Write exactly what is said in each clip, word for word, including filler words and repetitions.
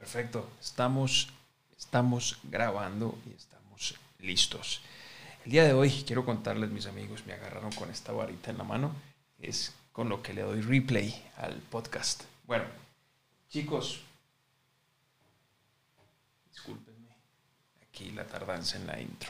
Perfecto, estamos, estamos grabando y estamos listos. El día de hoy quiero contarles, mis amigos, me agarraron con esta varita en la mano, es con lo que le doy replay al podcast. Bueno, chicos, discúlpenme aquí la tardanza en la intro.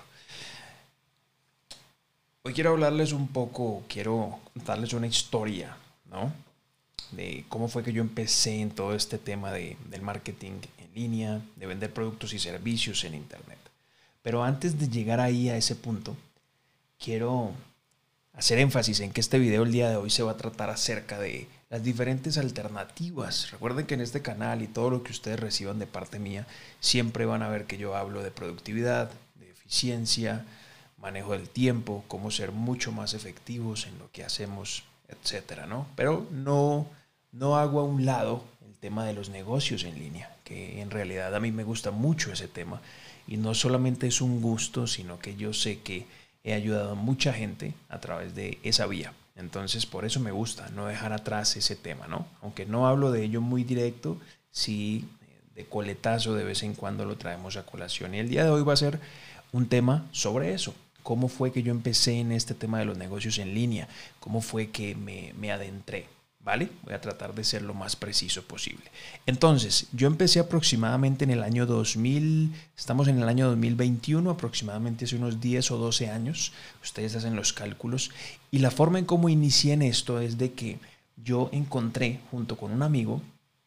Hoy quiero hablarles un poco, quiero contarles una historia, ¿no? De cómo fue que yo empecé en todo este tema de, del marketing en línea, de vender productos y servicios en internet. Pero antes de llegar ahí a ese punto, quiero hacer énfasis en que este video el día de hoy se va a tratar acerca de las diferentes alternativas. Recuerden que en este canal y todo lo que ustedes reciban de parte mía, siempre van a ver que yo hablo de productividad, de eficiencia, manejo del tiempo, cómo ser mucho más efectivos en lo que hacemos, etcétera, ¿no? Pero no... No hago a un lado el tema de los negocios en línea, que en realidad a mí me gusta mucho ese tema. Y no solamente es un gusto, sino que yo sé que he ayudado a mucha gente a través de esa vía. Entonces, por eso me gusta no dejar atrás ese tema, ¿no? Aunque no hablo de ello muy directo, sí de coletazo de vez en cuando lo traemos a colación. Y el día de hoy va a ser un tema sobre eso. ¿Cómo fue que yo empecé en este tema de los negocios en línea? ¿Cómo fue que me, me adentré? ¿Vale? Voy a tratar de ser lo más preciso posible. Entonces, yo empecé aproximadamente en el año dos mil, estamos en el año dos mil veintiuno, aproximadamente hace unos diez o doce años, ustedes hacen los cálculos, y la forma en cómo inicié en esto es de que yo encontré, junto con un amigo,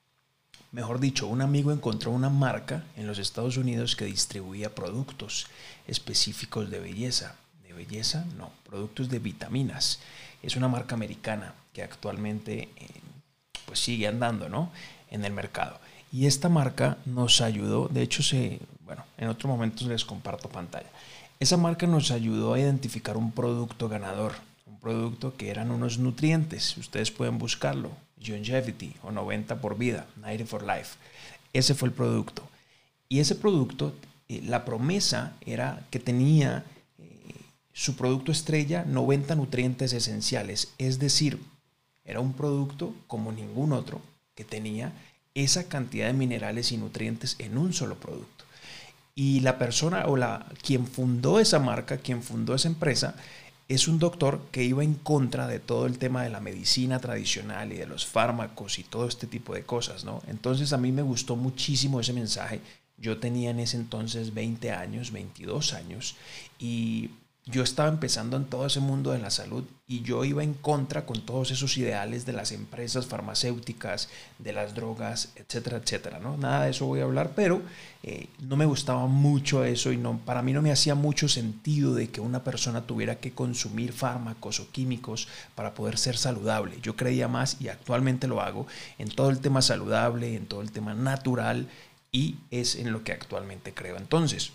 mejor dicho, un amigo encontró una marca en los Estados Unidos que distribuía productos específicos de belleza. ¿De belleza? No, productos de vitaminas. Es una marca americana que actualmente eh, pues sigue andando, ¿no?, en el mercado. Y esta marca nos ayudó, de hecho, se, bueno, en otro momento les comparto pantalla. Esa marca nos ayudó a identificar un producto ganador, un producto que eran unos nutrientes. Ustedes pueden buscarlo, Longevity o noventa por vida, noventa for life. Ese fue el producto. Y ese producto, eh, la promesa era que tenía eh, su producto estrella noventa nutrientes esenciales, es decir, era un producto como ningún otro que tenía esa cantidad de minerales y nutrientes en un solo producto. Y la persona o la quien fundó esa marca, quien fundó esa empresa, es un doctor que iba en contra de todo el tema de la medicina tradicional y de los fármacos y todo este tipo de cosas, ¿no? Entonces a mí me gustó muchísimo ese mensaje. Yo tenía en ese entonces veinte años, veintidós años, y yo estaba empezando en todo ese mundo de la salud y yo iba en contra con todos esos ideales de las empresas farmacéuticas, de las drogas, etcétera, etcétera, ¿no? Nada de eso voy a hablar, pero eh, no me gustaba mucho eso y no, para mí no me hacía mucho sentido de que una persona tuviera que consumir fármacos o químicos para poder ser saludable. Yo creía más, y actualmente lo hago, en todo el tema saludable, en todo el tema natural, y es en lo que actualmente creo. Entonces,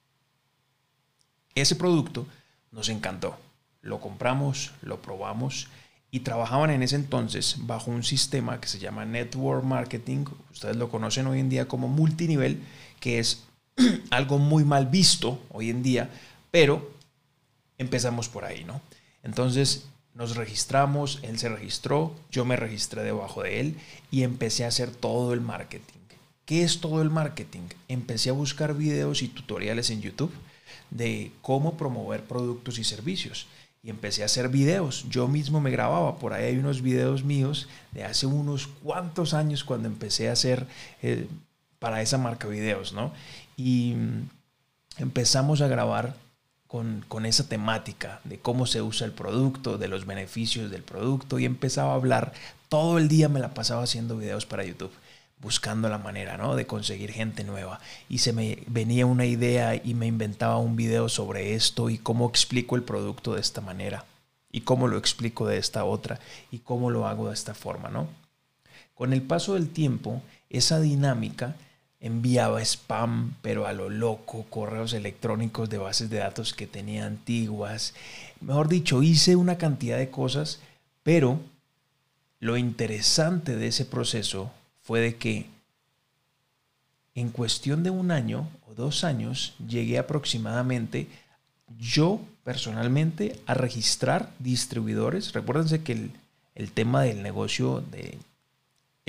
ese producto nos encantó, lo compramos, lo probamos y trabajaban en ese entonces bajo un sistema que se llama Network Marketing. Ustedes lo conocen hoy en día como multinivel, que es algo muy mal visto hoy en día, pero empezamos por ahí, ¿no? Entonces nos registramos, él se registró, yo me registré debajo de él y empecé a hacer todo el marketing. ¿Qué es todo el marketing? Empecé a buscar videos y tutoriales en YouTube de cómo promover productos y servicios. Y empecé a hacer videos. Yo mismo me grababa. Por ahí hay unos videos míos de hace unos cuantos años cuando empecé a hacer eh, para esa marca videos, ¿no? Y empezamos a grabar con, con esa temática de cómo se usa el producto, de los beneficios del producto, y empezaba a hablar. Todo el día me la pasaba haciendo videos para YouTube, buscando la manera, ¿no?, de conseguir gente nueva. Y se me venía una idea y me inventaba un video sobre esto y cómo explico el producto de esta manera y cómo lo explico de esta otra y cómo lo hago de esta forma, ¿no? Con el paso del tiempo, esa dinámica enviaba spam, pero a lo loco, correos electrónicos de bases de datos que tenía antiguas. Mejor dicho, hice una cantidad de cosas, pero lo interesante de ese proceso fue de que en cuestión de un año o dos años llegué aproximadamente, yo personalmente, a registrar distribuidores. Recuérdense que el, el tema del negocio de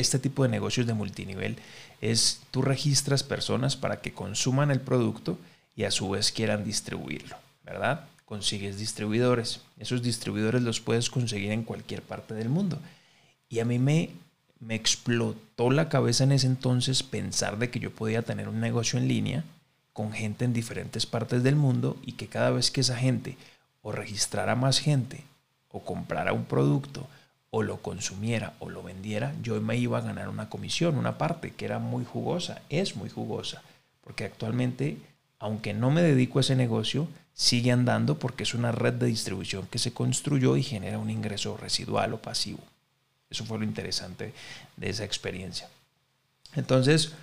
este tipo de negocios de multinivel es tú registras personas para que consuman el producto y a su vez quieran distribuirlo, ¿verdad? Consigues distribuidores. Esos distribuidores los puedes conseguir en cualquier parte del mundo. Y a mí me, me explotó la cabeza en ese entonces pensar de que yo podía tener un negocio en línea con gente en diferentes partes del mundo y que cada vez que esa gente o registrara más gente o comprara un producto o lo consumiera o lo vendiera, yo me iba a ganar una comisión, una parte que era muy jugosa, es muy jugosa, porque actualmente, aunque no me dedico a ese negocio, sigue andando porque es una red de distribución que se construyó y genera un ingreso residual o pasivo. Eso fue lo interesante de esa experiencia. Entonces,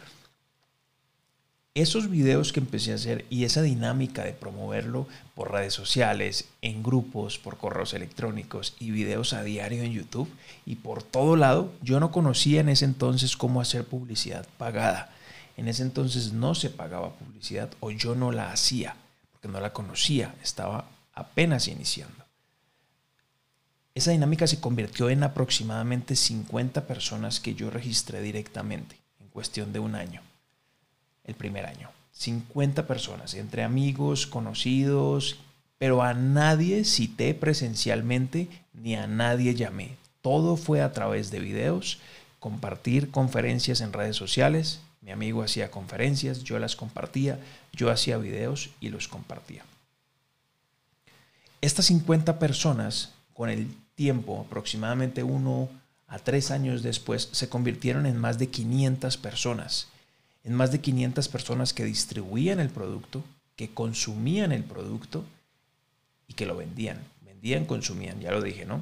esos videos que empecé a hacer y esa dinámica de promoverlo por redes sociales, en grupos, por correos electrónicos y videos a diario en YouTube y por todo lado, yo no conocía en ese entonces cómo hacer publicidad pagada. En ese entonces no se pagaba publicidad o yo no la hacía porque no la conocía, estaba apenas iniciando. Esa dinámica se convirtió en aproximadamente cincuenta personas que yo registré directamente en cuestión de un año. El primer año, cincuenta personas, entre amigos, conocidos, pero a nadie cité presencialmente ni a nadie llamé. Todo fue a través de videos, compartir conferencias en redes sociales. Mi amigo hacía conferencias, yo las compartía, yo hacía videos y los compartía. Estas cincuenta personas, con el tiempo, aproximadamente uno a tres años después, se convirtieron en más de quinientas personas. En más de quinientas personas que distribuían el producto, que consumían el producto y que lo vendían. Vendían, consumían, ya lo dije, ¿no?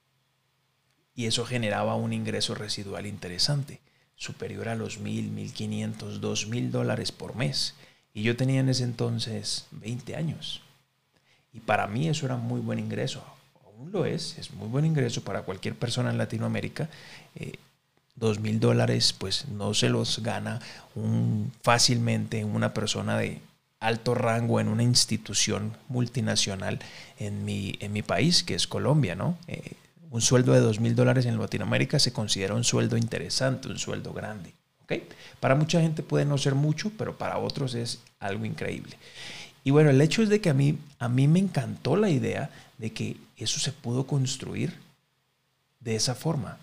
Y eso generaba un ingreso residual interesante, superior a los mil, mil quinientos, dos mil dólares por mes. Y yo tenía en ese entonces veinte años. Y para mí eso era muy buen ingreso. Aún lo es, es muy buen ingreso para cualquier persona en Latinoamérica. Eh, Dos mil dólares pues no se los gana un, fácilmente una persona de alto rango en una institución multinacional en mi, en mi país, que es Colombia, ¿no? Eh, un sueldo de dos mil dólares en Latinoamérica se considera un sueldo interesante, un sueldo grande, ¿ok? Para mucha gente puede no ser mucho, pero para otros es algo increíble. Y bueno, el hecho es de que a mí, a mí me encantó la idea de que eso se pudo construir de esa forma.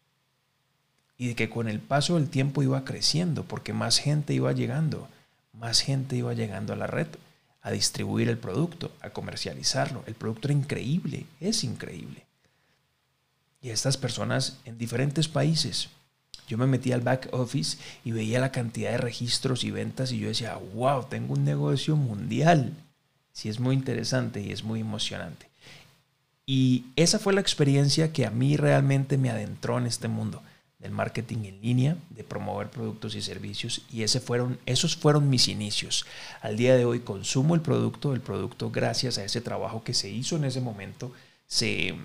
Y de que con el paso del tiempo iba creciendo, porque más gente iba llegando, más gente iba llegando a la red, a distribuir el producto, a comercializarlo. El producto era increíble, es increíble. Y estas personas en diferentes países, yo me metí al back office y veía la cantidad de registros y ventas y yo decía, wow, tengo un negocio mundial. Sí, es muy interesante y es muy emocionante. Y esa fue la experiencia que a mí realmente me adentró en este mundo del marketing en línea, de promover productos y servicios, y ese fueron, esos fueron mis inicios. Al día de hoy consumo el producto, el producto gracias a ese trabajo que se hizo en ese momento, se,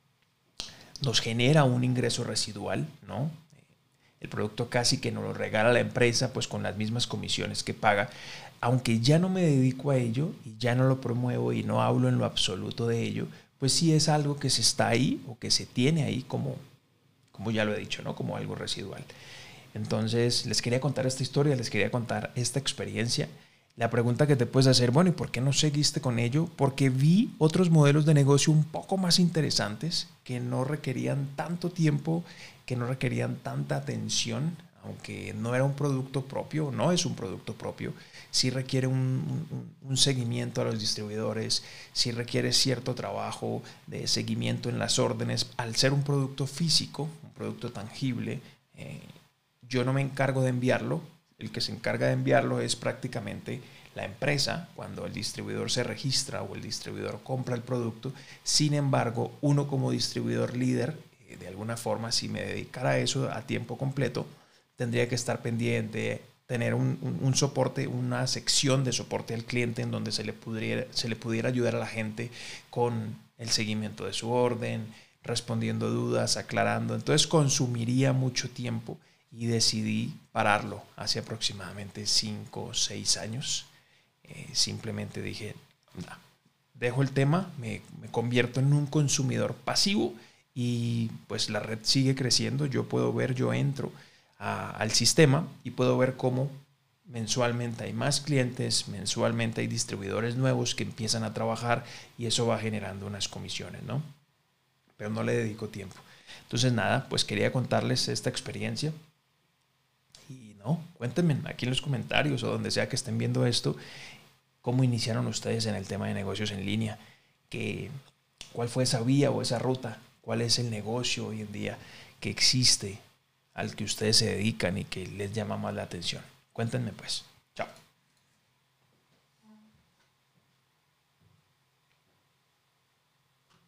nos genera un ingreso residual, ¿no? El producto casi que nos lo regala la empresa, pues con las mismas comisiones que paga, aunque ya no me dedico a ello y ya no lo promuevo y no hablo en lo absoluto de ello, pues sí es algo que se está ahí o que se tiene ahí como como ya lo he dicho, ¿no? Como algo residual. Entonces, les quería contar esta historia, les quería contar esta experiencia. La pregunta que te puedes hacer, bueno, ¿y por qué no seguiste con ello? Porque vi otros modelos de negocio un poco más interesantes que no requerían tanto tiempo, que no requerían tanta atención, aunque no era un producto propio, no es un producto propio, sí requiere un, un, un seguimiento a los distribuidores, sí requiere cierto trabajo de seguimiento en las órdenes. Al ser un producto físico, un producto tangible, eh, yo no me encargo de enviarlo, el que se encarga de enviarlo es prácticamente la empresa cuando el distribuidor se registra o el distribuidor compra el producto. Sin embargo, uno como distribuidor líder, eh, de alguna forma, si me dedicara a eso a tiempo completo, tendría que estar pendiente, tener un, un, un soporte, una sección de soporte al cliente en donde se le, pudiera, se le pudiera ayudar a la gente con el seguimiento de su orden, respondiendo dudas, aclarando. Entonces consumiría mucho tiempo y decidí pararlo hace aproximadamente cinco o seis años. Eh, simplemente dije, nah, dejo el tema, me, me convierto en un consumidor pasivo y pues la red sigue creciendo. Yo puedo ver, yo entro a, al sistema y puedo ver cómo mensualmente hay más clientes, mensualmente hay distribuidores nuevos que empiezan a trabajar y eso va generando unas comisiones, ¿no? Pero no le dedico tiempo. Entonces nada, pues quería contarles esta experiencia y no, cuéntenme aquí en los comentarios o donde sea que estén viendo esto, cómo iniciaron ustedes en el tema de negocios en línea, que, cuál fue esa vía o esa ruta, cuál es el negocio hoy en día que existe al que ustedes se dedican y que les llama más la atención. Cuéntenme pues. Chao.